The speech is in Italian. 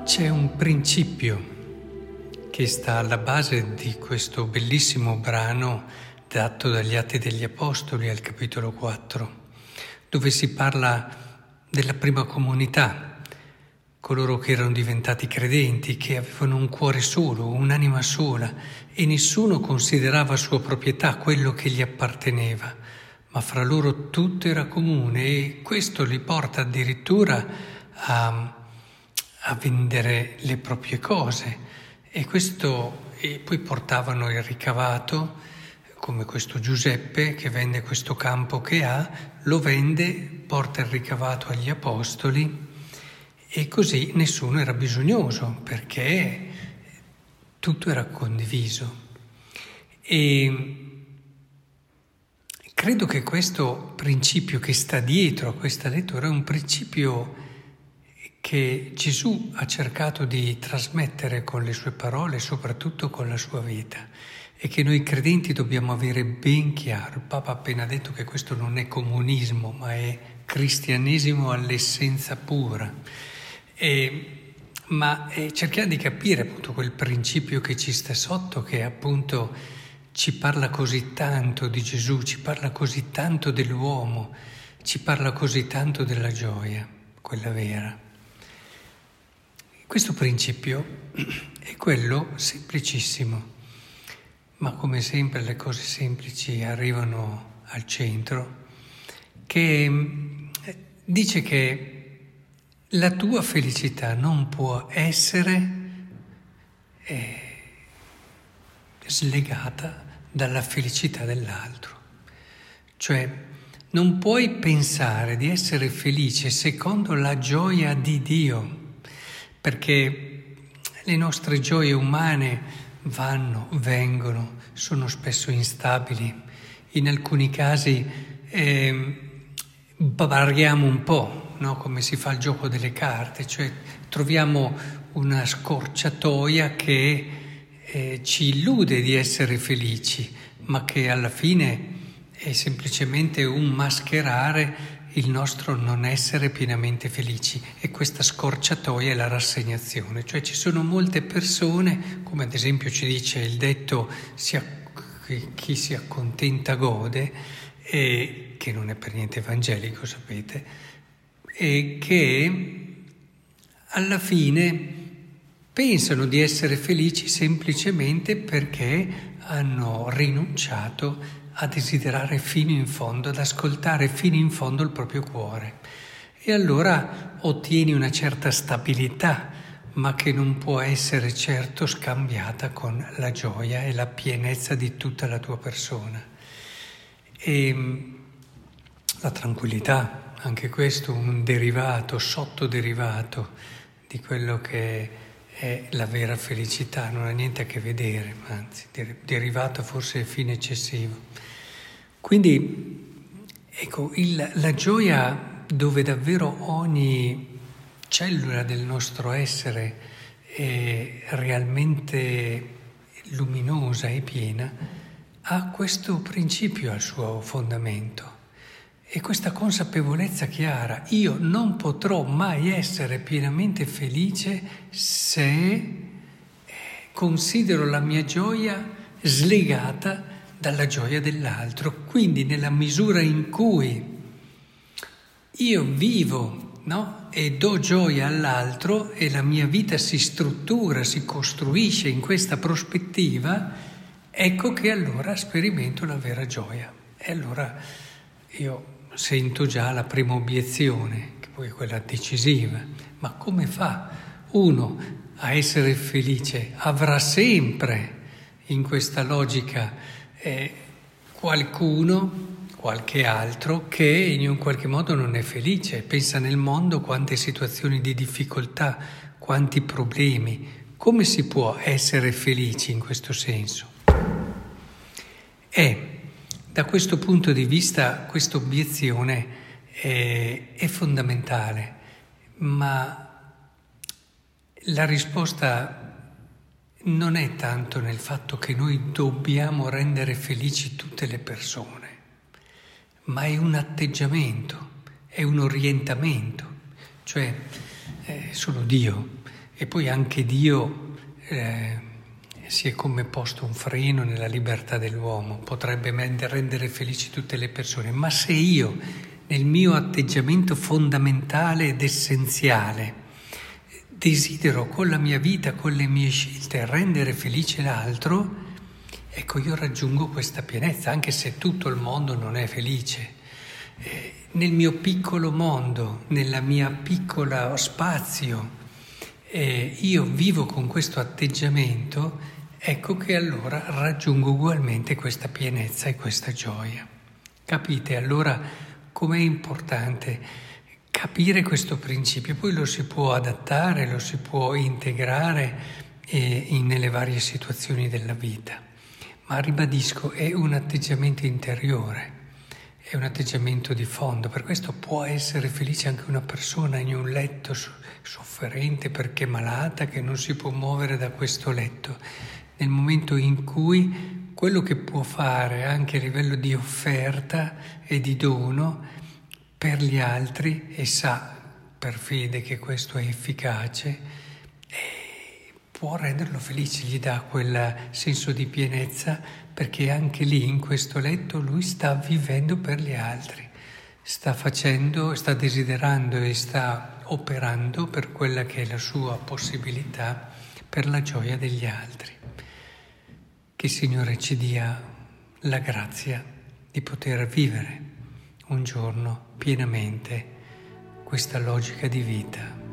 C'è un principio che sta alla base di questo bellissimo brano dato dagli Atti degli Apostoli al capitolo 4, dove si parla della prima comunità, coloro che erano diventati credenti, che avevano un cuore solo, un'anima sola, e nessuno considerava sua proprietà quello che gli apparteneva, ma fra loro tutto era comune, e questo li porta addirittura a vendere le proprie cose, e poi portavano il ricavato, come questo Giuseppe che vende questo campo che ha, lo vende, porta il ricavato agli apostoli, e così nessuno era bisognoso perché tutto era condiviso. E credo che questo principio che sta dietro a questa lettura è un principio che Gesù ha cercato di trasmettere con le sue parole, soprattutto con la sua vita, e che noi credenti dobbiamo avere ben chiaro. Il Papa ha appena detto che questo non è comunismo, ma è cristianesimo all'essenza pura. Ma cerchiamo di capire appunto quel principio che ci sta sotto, che appunto ci parla così tanto di Gesù, ci parla così tanto dell'uomo, ci parla così tanto della gioia, quella vera. Questo principio è quello semplicissimo, ma come sempre le cose semplici arrivano al centro, che dice che la tua felicità non può essere slegata dalla felicità dell'altro. Cioè, non puoi pensare di essere felice secondo la gioia di Dio, perché le nostre gioie umane vanno, vengono, sono spesso instabili. In alcuni casi variamo un po', no? Come si fa il gioco delle carte, cioè troviamo una scorciatoia che ci illude di essere felici, ma che alla fine è semplicemente un mascherare il nostro non essere pienamente felici, e questa scorciatoia è la rassegnazione. Cioè ci sono molte persone, come ad esempio ci dice il detto chi si accontenta gode, e che non è per niente evangelico, sapete, e che alla fine pensano di essere felici semplicemente perché hanno rinunciato a desiderare fino in fondo, ad ascoltare fino in fondo il proprio cuore. E allora ottieni una certa stabilità, ma che non può essere certo scambiata con la gioia e la pienezza di tutta la tua persona. E la tranquillità, anche questo un derivato, sottoderivato di quello che è la vera felicità, non ha niente a che vedere, anzi, derivato forse è fine eccessivo. Quindi, ecco, la gioia dove davvero ogni cellula del nostro essere è realmente luminosa e piena, ha questo principio al suo fondamento. E questa consapevolezza chiara: io non potrò mai essere pienamente felice se considero la mia gioia slegata dalla gioia dell'altro. Quindi nella misura in cui io vivo, no? E do gioia all'altro, e la mia vita si struttura, si costruisce in questa prospettiva, ecco che allora sperimento la vera gioia. E allora io sento già la prima obiezione, che poi è quella decisiva: ma come fa uno a essere felice? Avrà sempre in questa logica qualcuno, qualche altro, che in un qualche modo non è felice, pensa nel mondo quante situazioni di difficoltà, quanti problemi. Come si può essere felici in questo senso? Da questo punto di vista questa obiezione è fondamentale, ma la risposta non è tanto nel fatto che noi dobbiamo rendere felici tutte le persone, ma è un atteggiamento, è un orientamento. Cioè, sono Dio, E poi anche Dio si è come posto un freno nella libertà dell'uomo, potrebbe rendere felici tutte le persone, ma se io nel mio atteggiamento fondamentale ed essenziale desidero con la mia vita, con le mie scelte, rendere felice l'altro, ecco, io raggiungo questa pienezza, anche se tutto il mondo non è felice. Nel mio piccolo mondo, nella mia piccola spazio, io vivo con questo atteggiamento, ecco che allora raggiungo ugualmente questa pienezza e questa gioia. Capite allora com'è importante capire questo principio? Poi lo si può adattare, lo si può integrare nelle varie situazioni della vita. Ma ribadisco, è un atteggiamento interiore, è un atteggiamento di fondo. Per questo può essere felice anche una persona in un letto sofferente perché malata, che non si può muovere da questo letto, nel momento in cui quello che può fare anche a livello di offerta e di dono per gli altri, e sa per fede che questo è efficace, può renderlo felice, gli dà quel senso di pienezza, perché anche lì in questo letto lui sta vivendo per gli altri, sta facendo, sta desiderando e sta operando per quella che è la sua possibilità, per la gioia degli altri. Che il Signore ci dia la grazia di poter vivere un giorno pienamente questa logica di vita.